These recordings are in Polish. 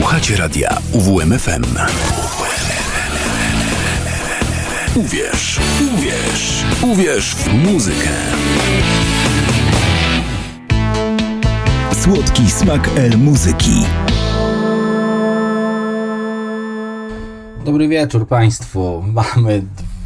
Słuchacie radia UWMFM. Uwierz, uwierz, uwierz w muzykę. Słodki smak muzyki. Dobry wieczór Państwu. Mamy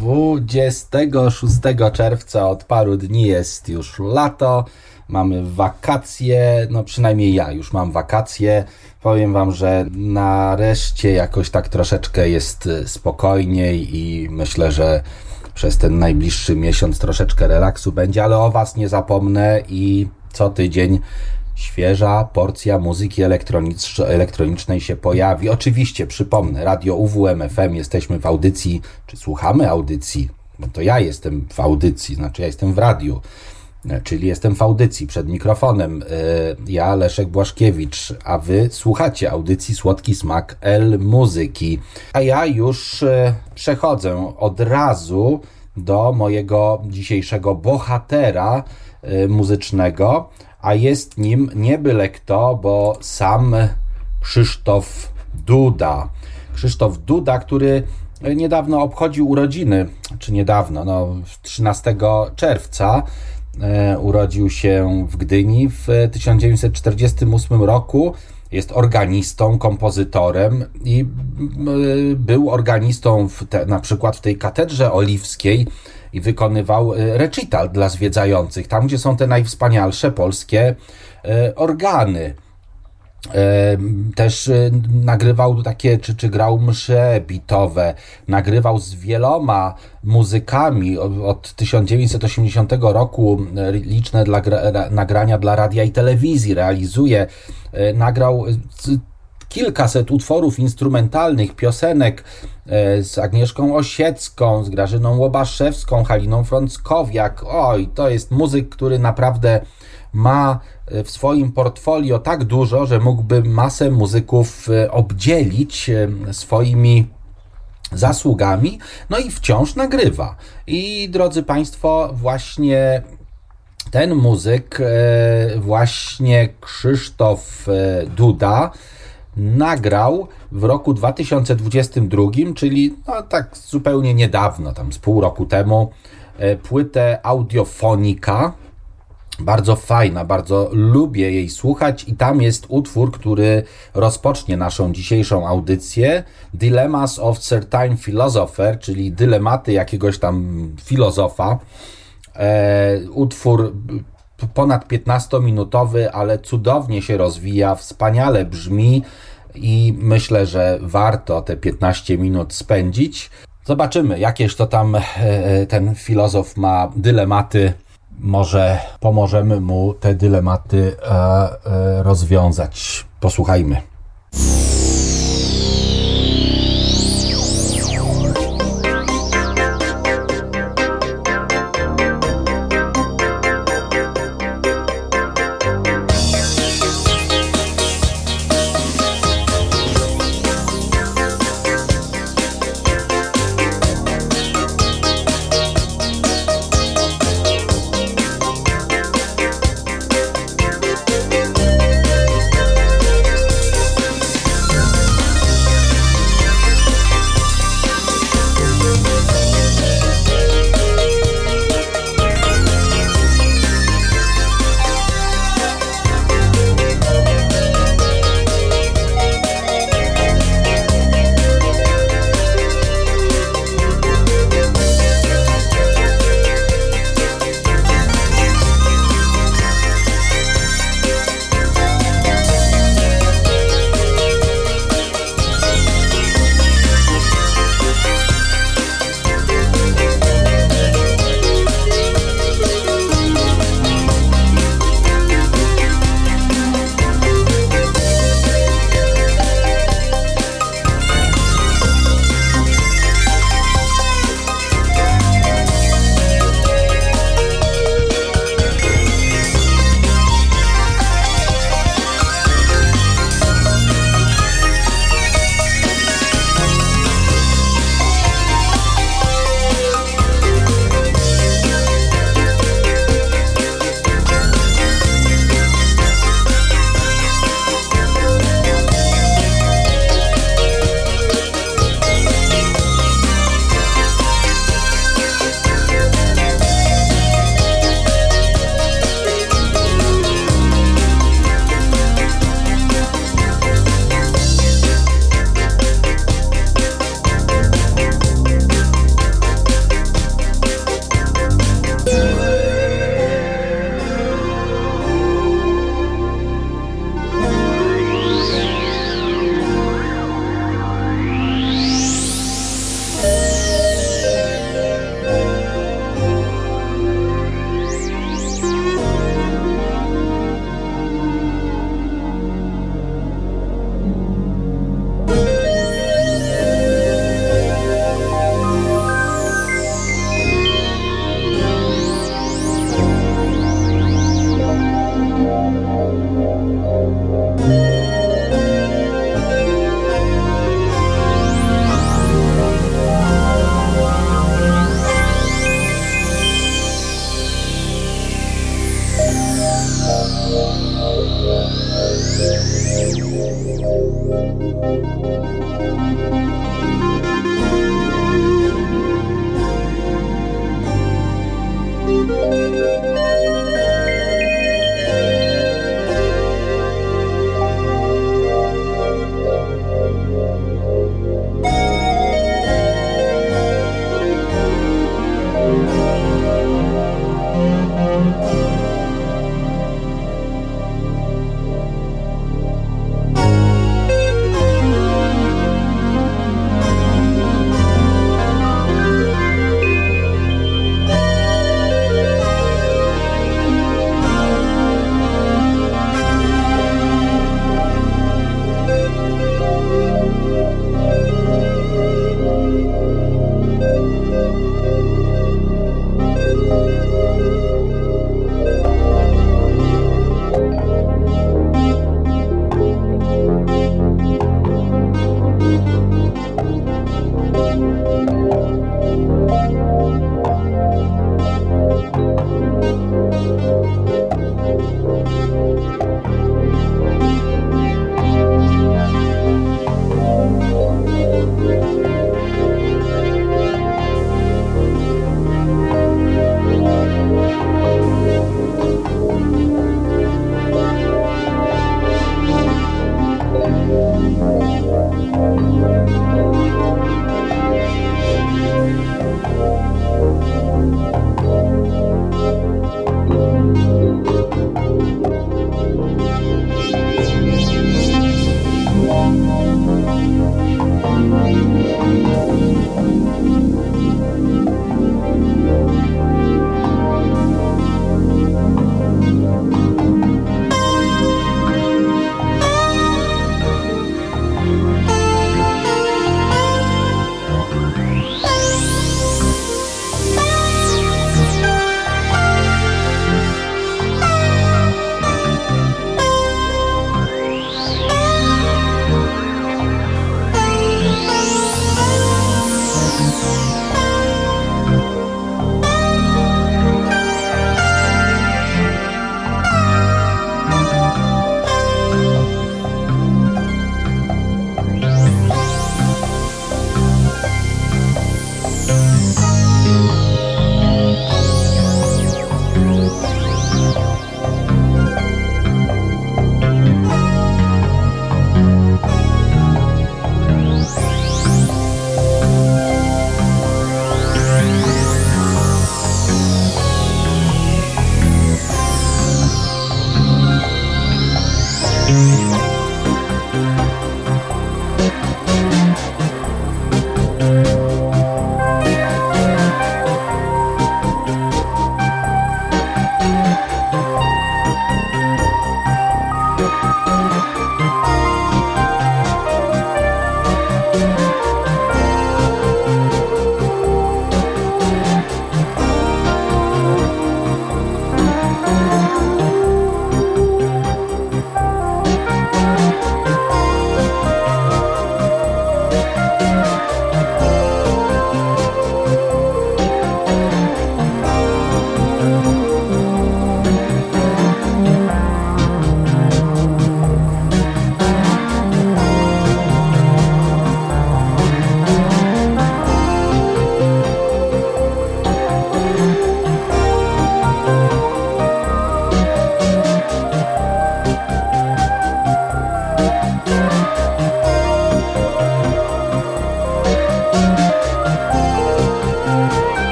26 czerwca, od paru dni jest już lato. Mamy wakacje, no przynajmniej ja już mam wakacje. Powiem Wam, że nareszcie jakoś tak troszeczkę jest spokojniej i myślę, że przez ten najbliższy miesiąc troszeczkę relaksu będzie, ale o Was nie zapomnę i co tydzień świeża porcja muzyki elektronicznej się pojawi. Oczywiście, przypomnę, Radio UWMFM, jesteśmy w audycji, czy słuchamy audycji, bo to ja jestem w audycji, znaczy ja jestem w radiu, czyli jestem w audycji przed mikrofonem. Ja, Leszek Błaszkiewicz, a Wy słuchacie audycji Słodki Smak muzyki. A ja już przechodzę od razu do mojego dzisiejszego bohatera muzycznego, a jest nim nie byle kto, bo sam Krzysztof Duda. Krzysztof Duda, który niedawno obchodził urodziny, czy niedawno, 13 czerwca, urodził się w Gdyni w 1948 roku. Jest organistą, kompozytorem i był organistą na przykład w tej Katedrze Oliwskiej i wykonywał recital dla zwiedzających, tam gdzie są te najwspanialsze polskie organy. Też nagrywał takie, czy grał msze bitowe, nagrywał z wieloma muzykami od 1980 roku liczne nagrania dla radia i telewizji realizuje. Nagrał kilkaset utworów instrumentalnych, piosenek z Agnieszką Osiecką, z Grażyną Łobaszewską, Haliną Frąckowiak. Oj, to jest muzyk, który naprawdę ma w swoim portfolio tak dużo, że mógłby masę muzyków obdzielić swoimi zasługami, no i wciąż nagrywa. I drodzy Państwo, właśnie ten muzyk, właśnie Krzysztof Duda, nagrał w roku 2022, czyli tak zupełnie niedawno, tam z pół roku temu, płytę Audiofonika. Bardzo fajna, bardzo lubię jej słuchać i tam jest utwór, który rozpocznie naszą dzisiejszą audycję, Dilemmas of Certain Philosopher, czyli dylematy jakiegoś tam filozofa. Utwór ponad 15-minutowy, ale cudownie się rozwija, wspaniale brzmi i myślę, że warto te 15 minut spędzić. Zobaczymy, jakież to tam ten filozof ma dylematy. Może pomożemy mu te dylematy rozwiązać. Posłuchajmy.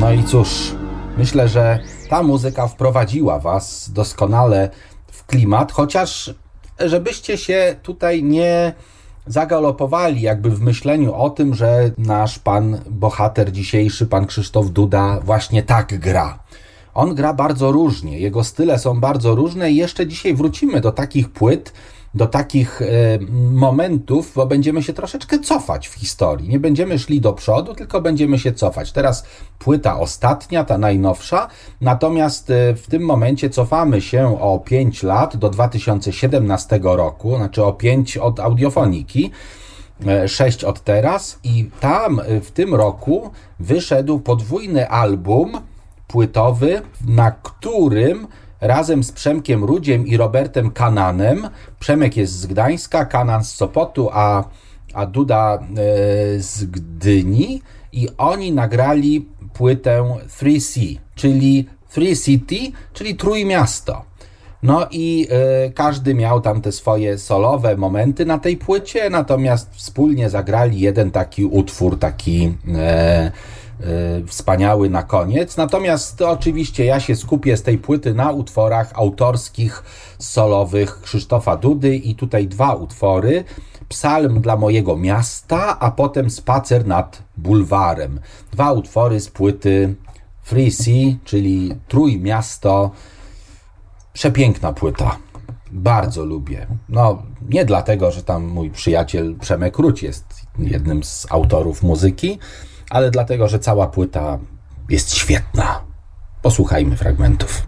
No i cóż, myślę, że ta muzyka wprowadziła Was doskonale w klimat, chociaż żebyście się tutaj nie zagalopowali jakby w myśleniu o tym, że nasz pan bohater dzisiejszy, pan Krzysztof Duda właśnie tak gra. On gra bardzo różnie, jego style są bardzo różne i jeszcze dzisiaj wrócimy do takich płyt, do takich momentów, bo będziemy się troszeczkę cofać w historii. Nie będziemy szli do przodu, tylko będziemy się cofać. Teraz płyta ostatnia, ta najnowsza, natomiast w tym momencie cofamy się o 5 lat do 2017 roku, znaczy o 5 od Audiofoniki, 6 od teraz i tam w tym roku wyszedł podwójny album płytowy, na którym razem z Przemkiem Rudziem i Robertem Kananem, Przemek jest z Gdańska, Kanan z Sopotu, a Duda z Gdyni i oni nagrali płytę 3C, czyli Three City, czyli Trójmiasto. No i każdy miał tam te swoje solowe momenty na tej płycie, natomiast wspólnie zagrali jeden taki utwór, taki wspaniały na koniec. Natomiast oczywiście ja się skupię z tej płyty na utworach autorskich, solowych Krzysztofa Dudy i tutaj 2 utwory. Psalm dla mojego miasta, a potem Spacer nad bulwarem. 2 utwory z płyty 3C, czyli Trójmiasto. Przepiękna płyta. Bardzo lubię. No, nie dlatego, że tam mój przyjaciel Przemek Rudź jest jednym z autorów muzyki, ale dlatego, że cała płyta jest świetna. Posłuchajmy fragmentów.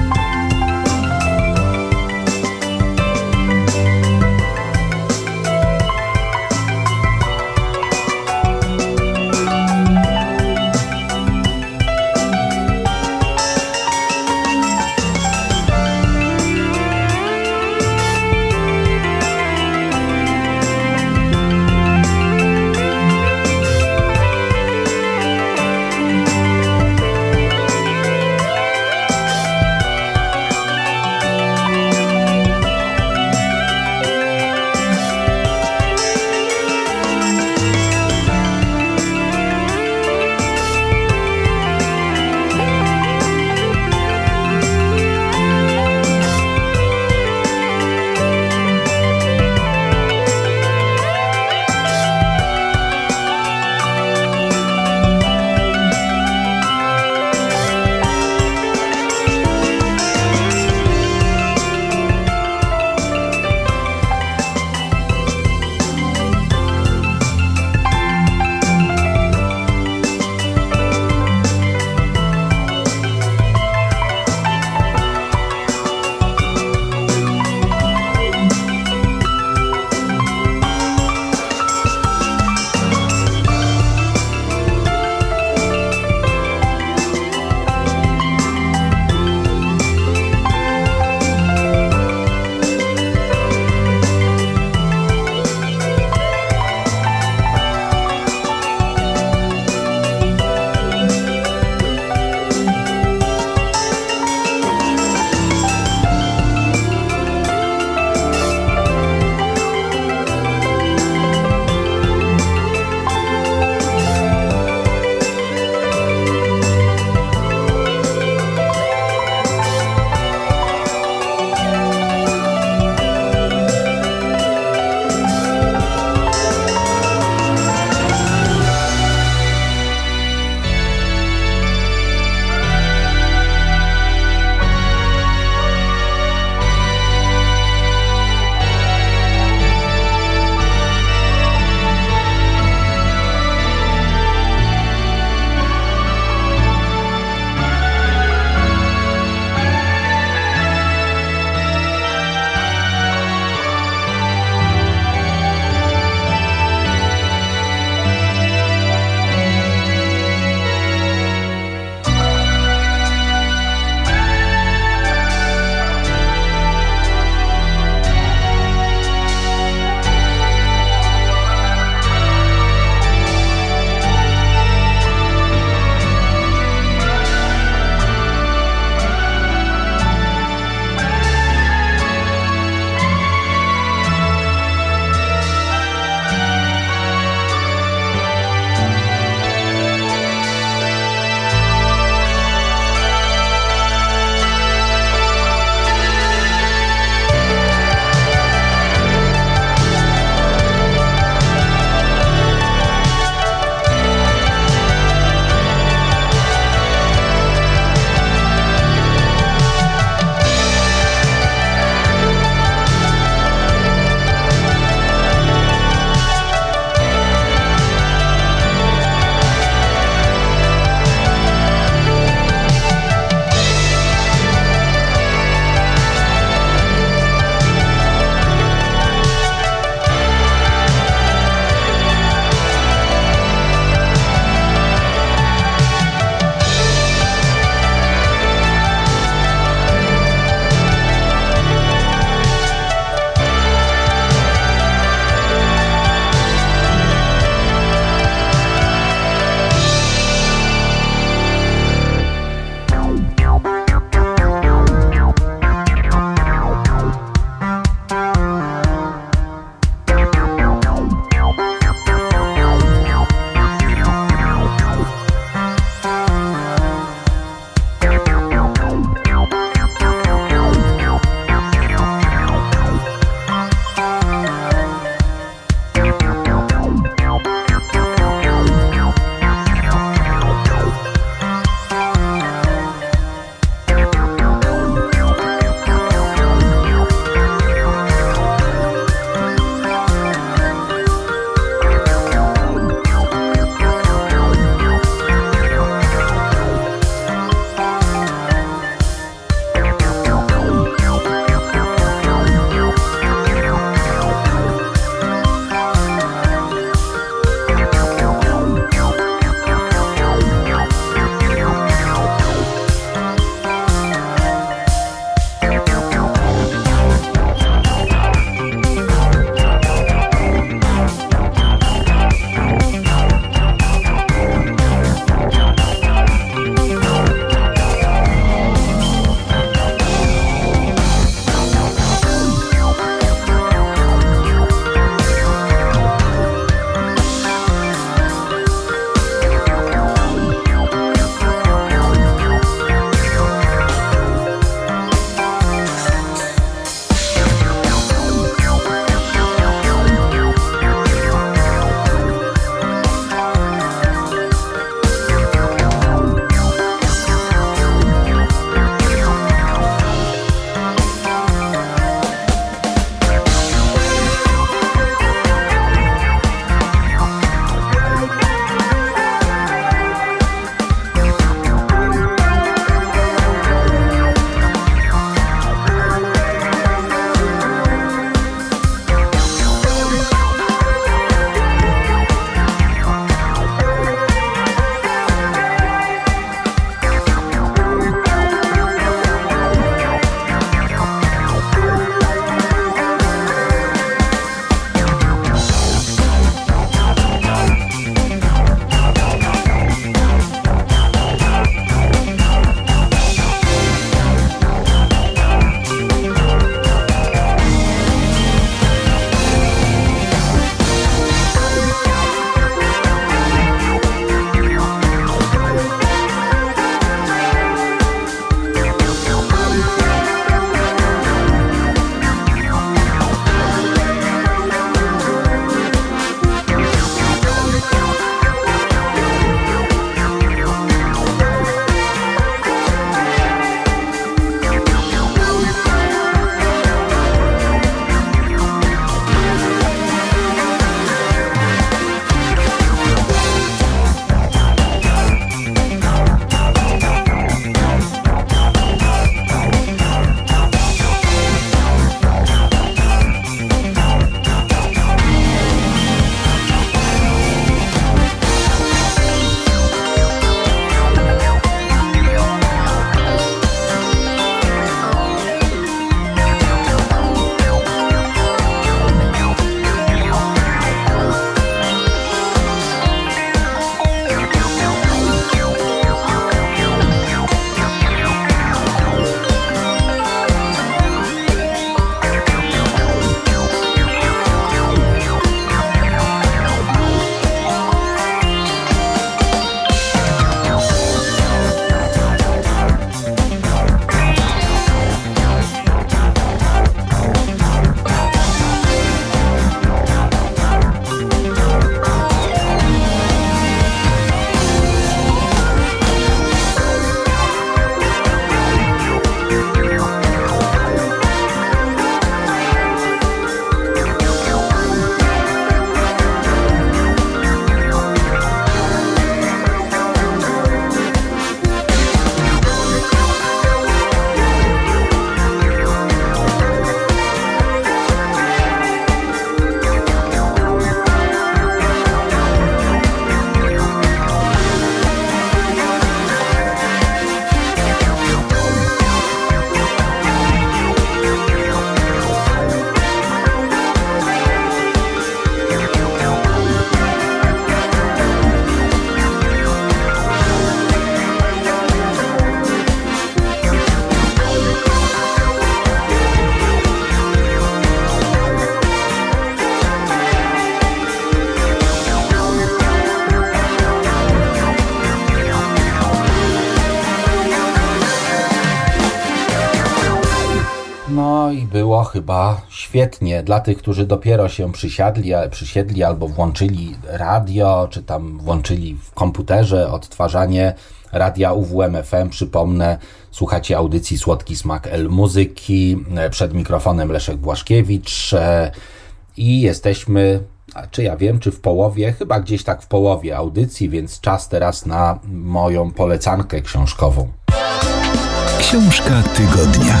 było chyba świetnie. Dla tych, którzy dopiero się przysiedli albo włączyli radio, czy tam włączyli w komputerze odtwarzanie radia UWM FM, przypomnę, słuchacie audycji Słodki Smak Muzyki, przed mikrofonem Leszek Błaszkiewicz i jesteśmy, czy ja wiem, czy w połowie, chyba gdzieś tak w połowie audycji, więc czas teraz na moją polecankę książkową. Książka tygodnia.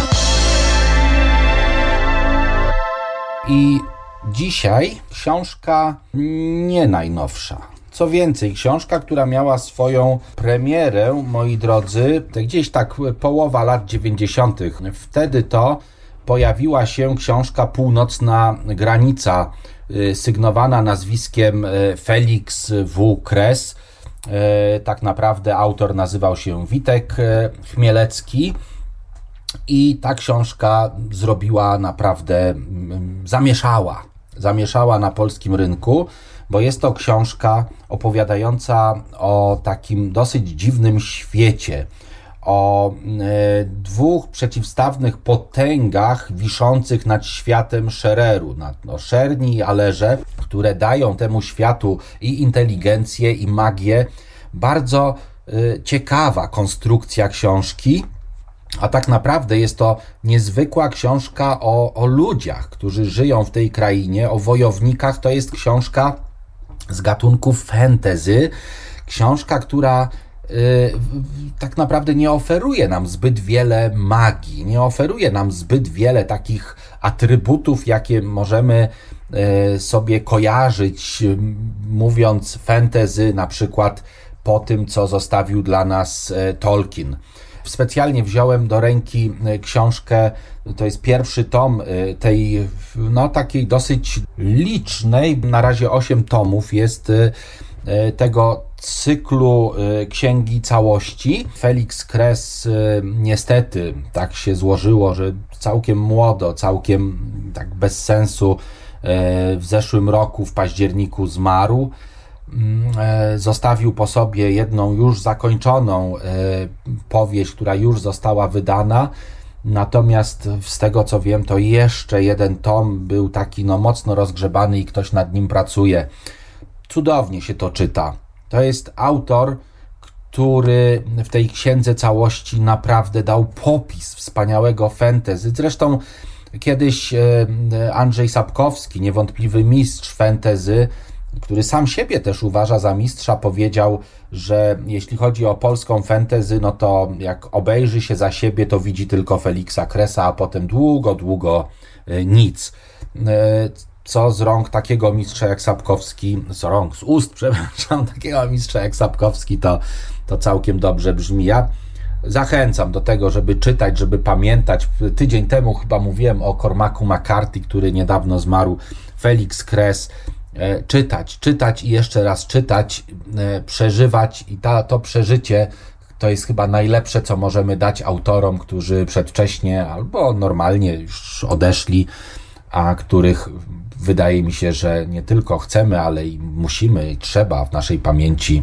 I dzisiaj książka nie najnowsza. Co więcej, książka, która miała swoją premierę, moi drodzy, gdzieś tak połowa lat 90. Wtedy to pojawiła się książka Północna Granica, sygnowana nazwiskiem Felix W. Kres. Tak naprawdę autor nazywał się Witek Chmielecki. I ta książka zrobiła naprawdę, zamieszała na polskim rynku, bo jest to książka opowiadająca o takim dosyć dziwnym świecie, o dwóch przeciwstawnych potęgach wiszących nad światem Schereru, Szerni i Alerze, które dają temu światu i inteligencję, i magię. Bardzo ciekawa konstrukcja książki. A tak naprawdę jest to niezwykła książka o ludziach, którzy żyją w tej krainie, o wojownikach. To jest książka z gatunku fantasy. Książka, która tak naprawdę nie oferuje nam zbyt wiele magii, nie oferuje nam zbyt wiele takich atrybutów, jakie możemy sobie kojarzyć, mówiąc fantasy, na przykład po tym, co zostawił dla nas Tolkien. Specjalnie wziąłem do ręki książkę, to jest pierwszy tom tej, takiej dosyć licznej, na razie 8 tomów jest tego cyklu Księgi Całości. Felix Kres niestety tak się złożyło, że całkiem młodo, całkiem tak bez sensu w zeszłym roku w październiku zmarł. Zostawił po sobie jedną już zakończoną powieść, która już została wydana, natomiast z tego co wiem, to jeszcze jeden tom był taki mocno rozgrzebany i ktoś nad nim pracuje. Cudownie się to czyta. To jest autor, który w tej Księdze Całości naprawdę dał popis wspaniałego fantasy. Zresztą kiedyś Andrzej Sapkowski, niewątpliwy mistrz fantasy, który sam siebie też uważa za mistrza, powiedział, że jeśli chodzi o polską fantasy, to jak obejrzy się za siebie, to widzi tylko Felixa Kresa, a potem długo nic. Co z rąk takiego mistrza jak Sapkowski, z ust takiego mistrza jak Sapkowski, to całkiem dobrze brzmi. Ja zachęcam do tego, żeby czytać, żeby pamiętać. Tydzień temu chyba mówiłem o Cormacu McCarthy, który niedawno zmarł. Felix Kres. Czytać i jeszcze raz czytać, przeżywać i to przeżycie to jest chyba najlepsze, co możemy dać autorom, którzy przedwcześnie albo normalnie już odeszli, a których wydaje mi się, że nie tylko chcemy, ale i musimy i trzeba w naszej pamięci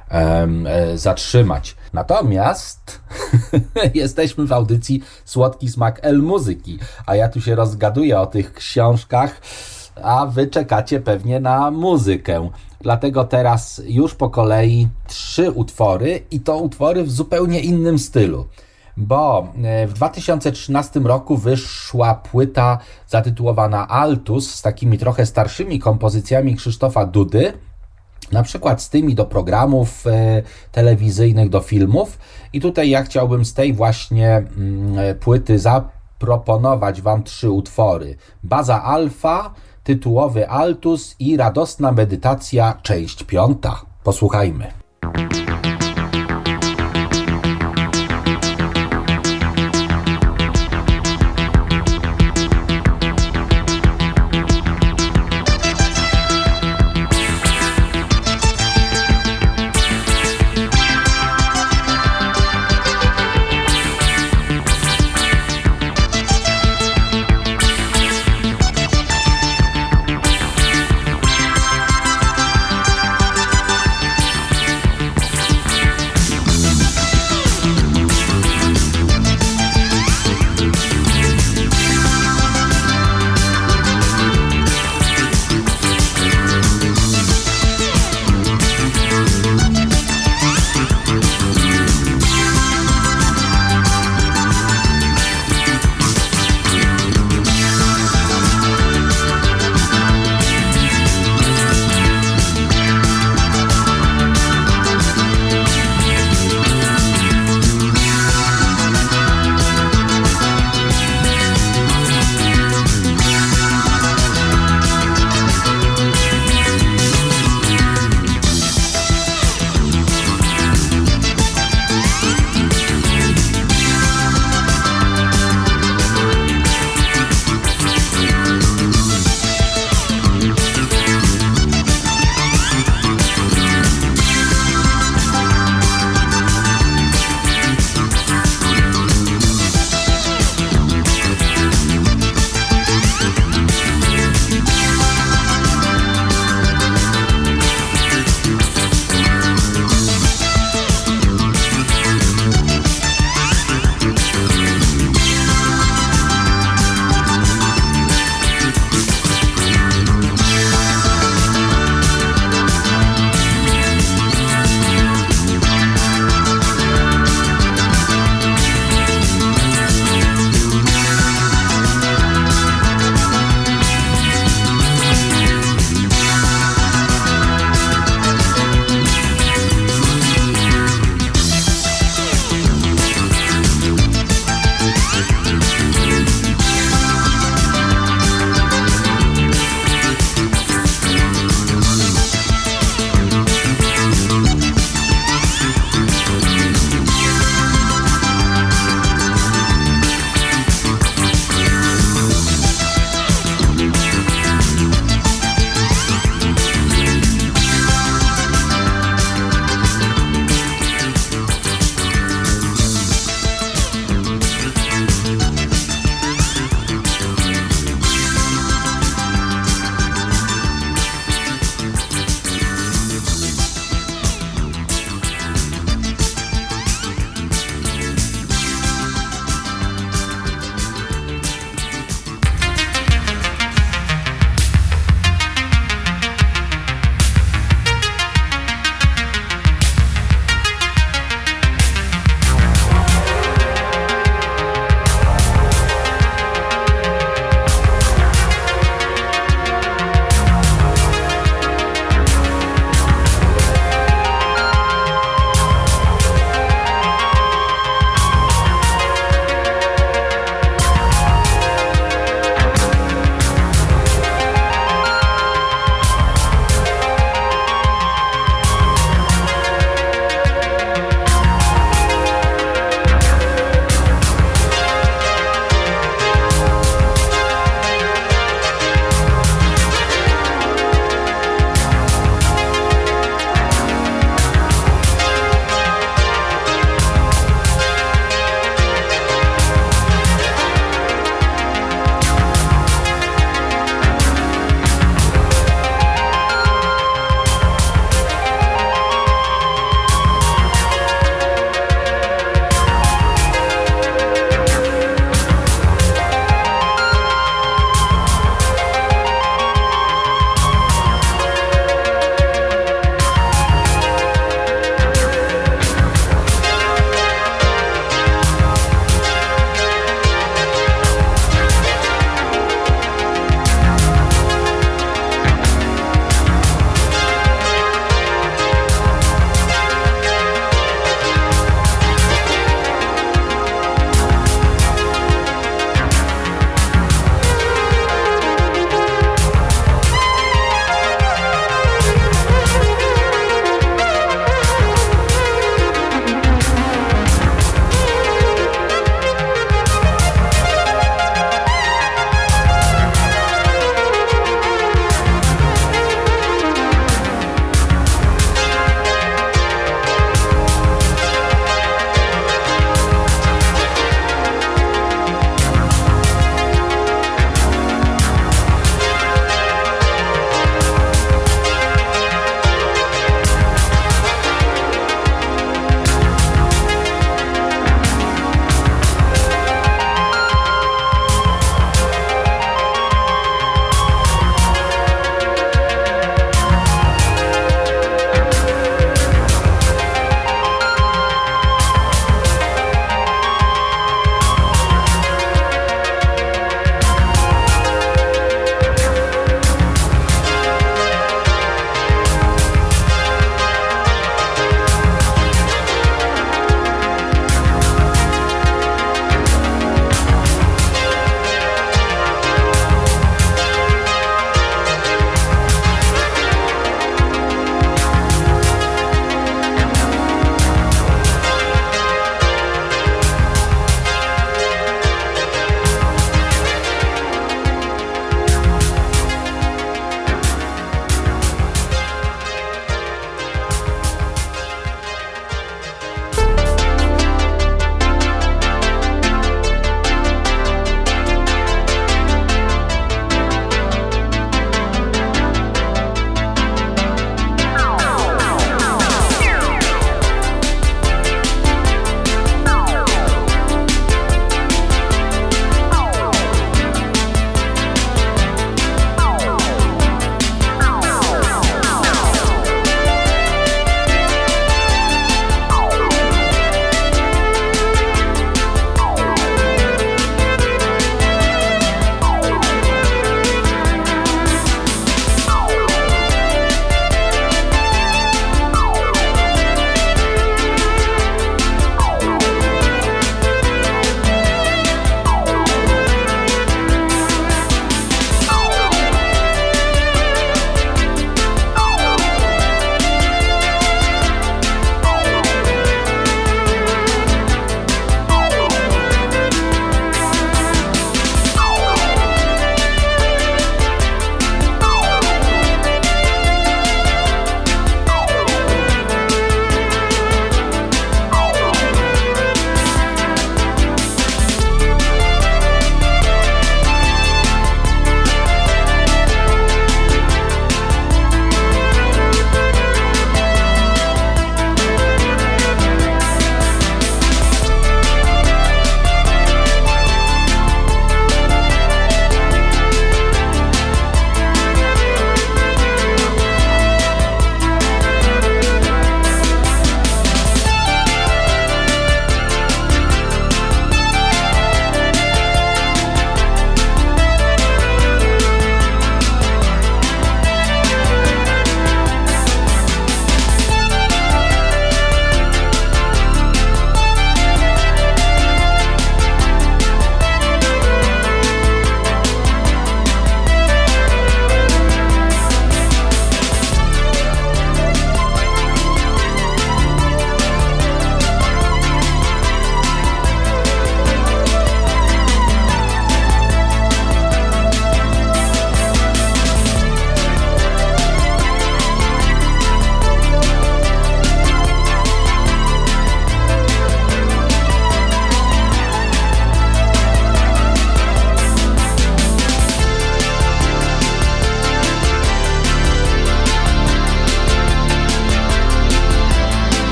zatrzymać. Natomiast jesteśmy w audycji Słodki Smak Muzyki, a ja tu się rozgaduję o tych książkach, a wy czekacie pewnie na muzykę. Dlatego teraz już po kolei 3 utwory i to utwory w zupełnie innym stylu. Bo w 2013 roku wyszła płyta zatytułowana Altus z takimi trochę starszymi kompozycjami Krzysztofa Dudy, na przykład z tymi do programów telewizyjnych, do filmów. I tutaj ja chciałbym z tej właśnie płyty zaproponować wam 3 utwory. Baza Alfa, tytułowy Altus i Radosna Medytacja, część 5. Posłuchajmy.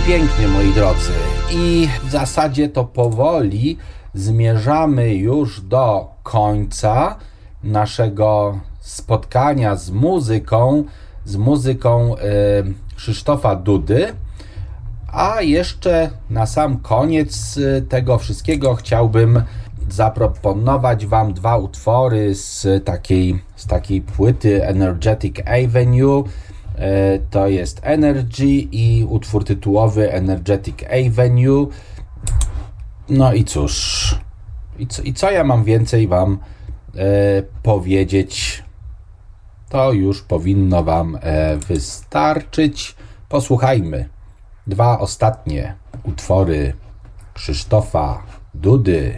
pięknie, moi drodzy. I w zasadzie to powoli zmierzamy już do końca naszego spotkania z muzyką Krzysztofa Dudy. A jeszcze na sam koniec tego wszystkiego chciałbym zaproponować Wam dwa utwory z takiej płyty Energetic Avenue. To jest Energy i utwór tytułowy Energetic Avenue. No i cóż, i co ja mam więcej Wam powiedzieć? To już powinno Wam wystarczyć. Posłuchajmy. Dwa ostatnie utwory Krzysztofa Dudy.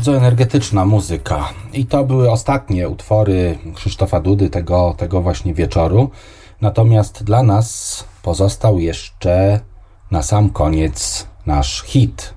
bardzo energetyczna muzyka. I to były ostatnie utwory Krzysztofa Dudy tego właśnie wieczoru. Natomiast dla nas pozostał jeszcze na sam koniec nasz hit.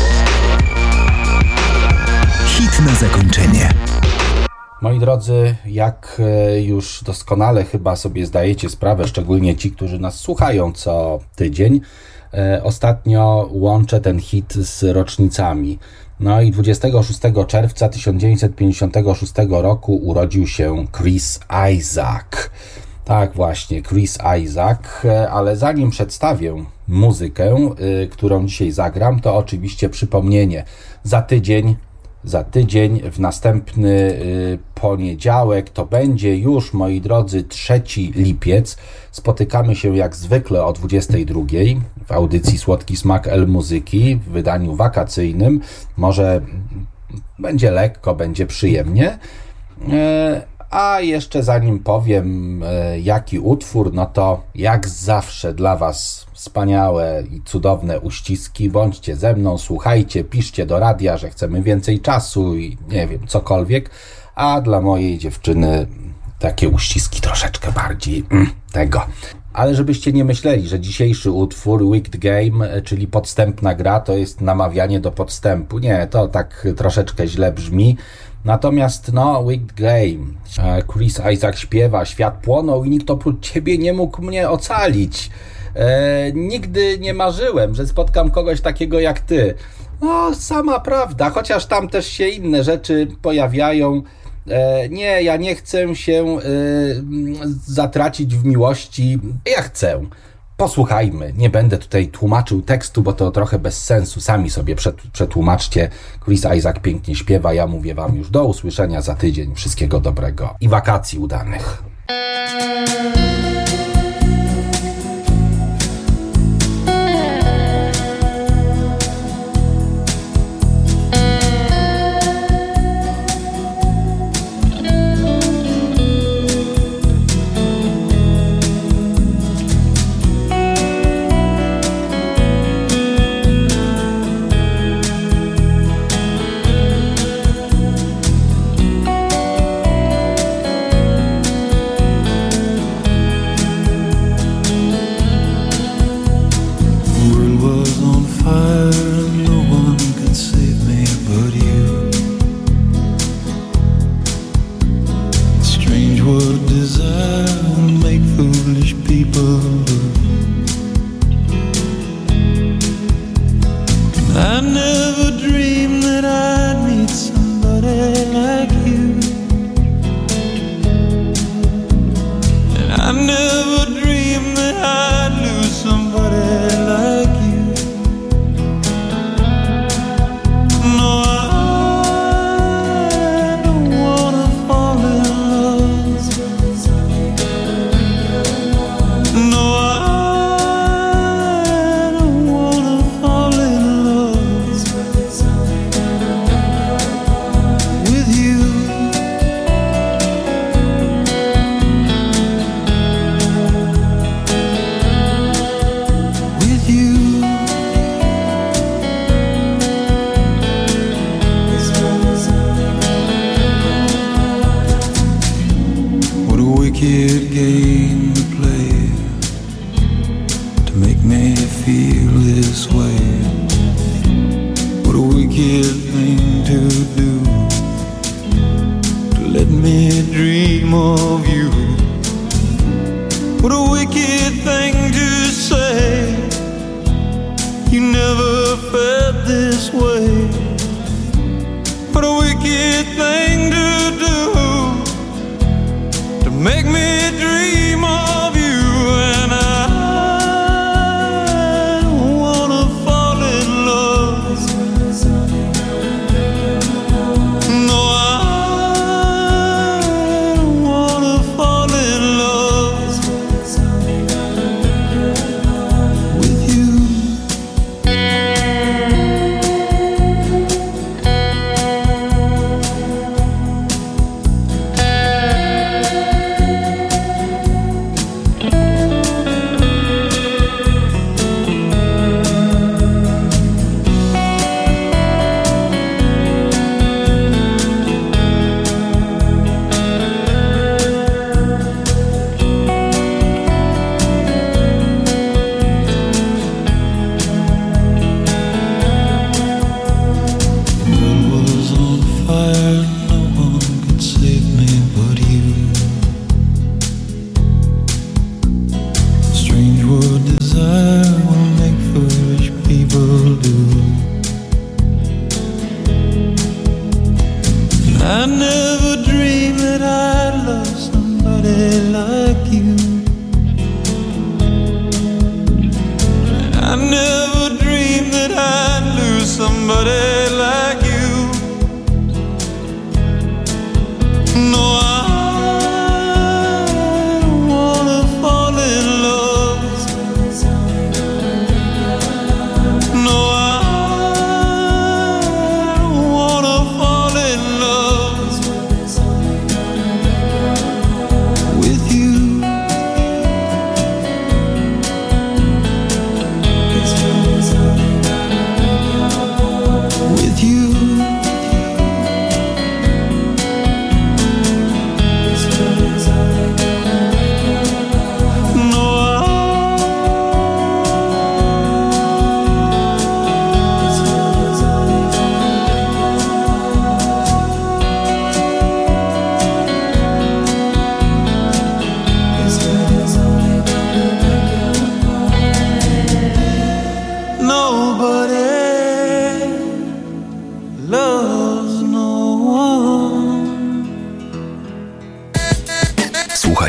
Hit na zakończenie. Moi drodzy, jak już doskonale chyba sobie zdajecie sprawę, szczególnie ci, którzy nas słuchają co tydzień, ostatnio łączę ten hit z rocznicami. No i 26 czerwca 1956 roku urodził się Chris Isaak. Tak właśnie, Chris Isaak, ale zanim przedstawię muzykę, którą dzisiaj zagram, to oczywiście przypomnienie. Za tydzień, w następny poniedziałek, to będzie już, moi drodzy, 3 lipiec. Spotykamy się jak zwykle o 22 w audycji Słodki Smak El Muzyki w wydaniu wakacyjnym. Może będzie lekko, będzie przyjemnie. A jeszcze zanim powiem jaki utwór, no to jak zawsze dla Was wspaniałe i cudowne uściski. Bądźcie ze mną, słuchajcie, piszcie do radia, że chcemy więcej czasu i nie wiem, cokolwiek. A dla mojej dziewczyny takie uściski troszeczkę bardziej tego. Ale żebyście nie myśleli, że dzisiejszy utwór Wicked Game, czyli podstępna gra, to jest namawianie do podstępu. Nie, to tak troszeczkę źle brzmi. Natomiast Wicked Game, Chris Isaak śpiewa, świat płonął i nikt oprócz ciebie nie mógł mnie ocalić. Nigdy nie marzyłem, że spotkam kogoś takiego jak ty. No, sama prawda, chociaż tam też się inne rzeczy pojawiają. Nie, ja nie chcę się zatracić w miłości. Ja chcę. Posłuchajmy, nie będę tutaj tłumaczył tekstu, bo to trochę bez sensu. Sami sobie przetłumaczcie. Chris Isaak pięknie śpiewa. Ja mówię wam już do usłyszenia za tydzień. Wszystkiego dobrego i wakacji udanych.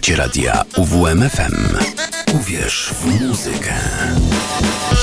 Słuchacie radia UWMFM. Uwierz w muzykę.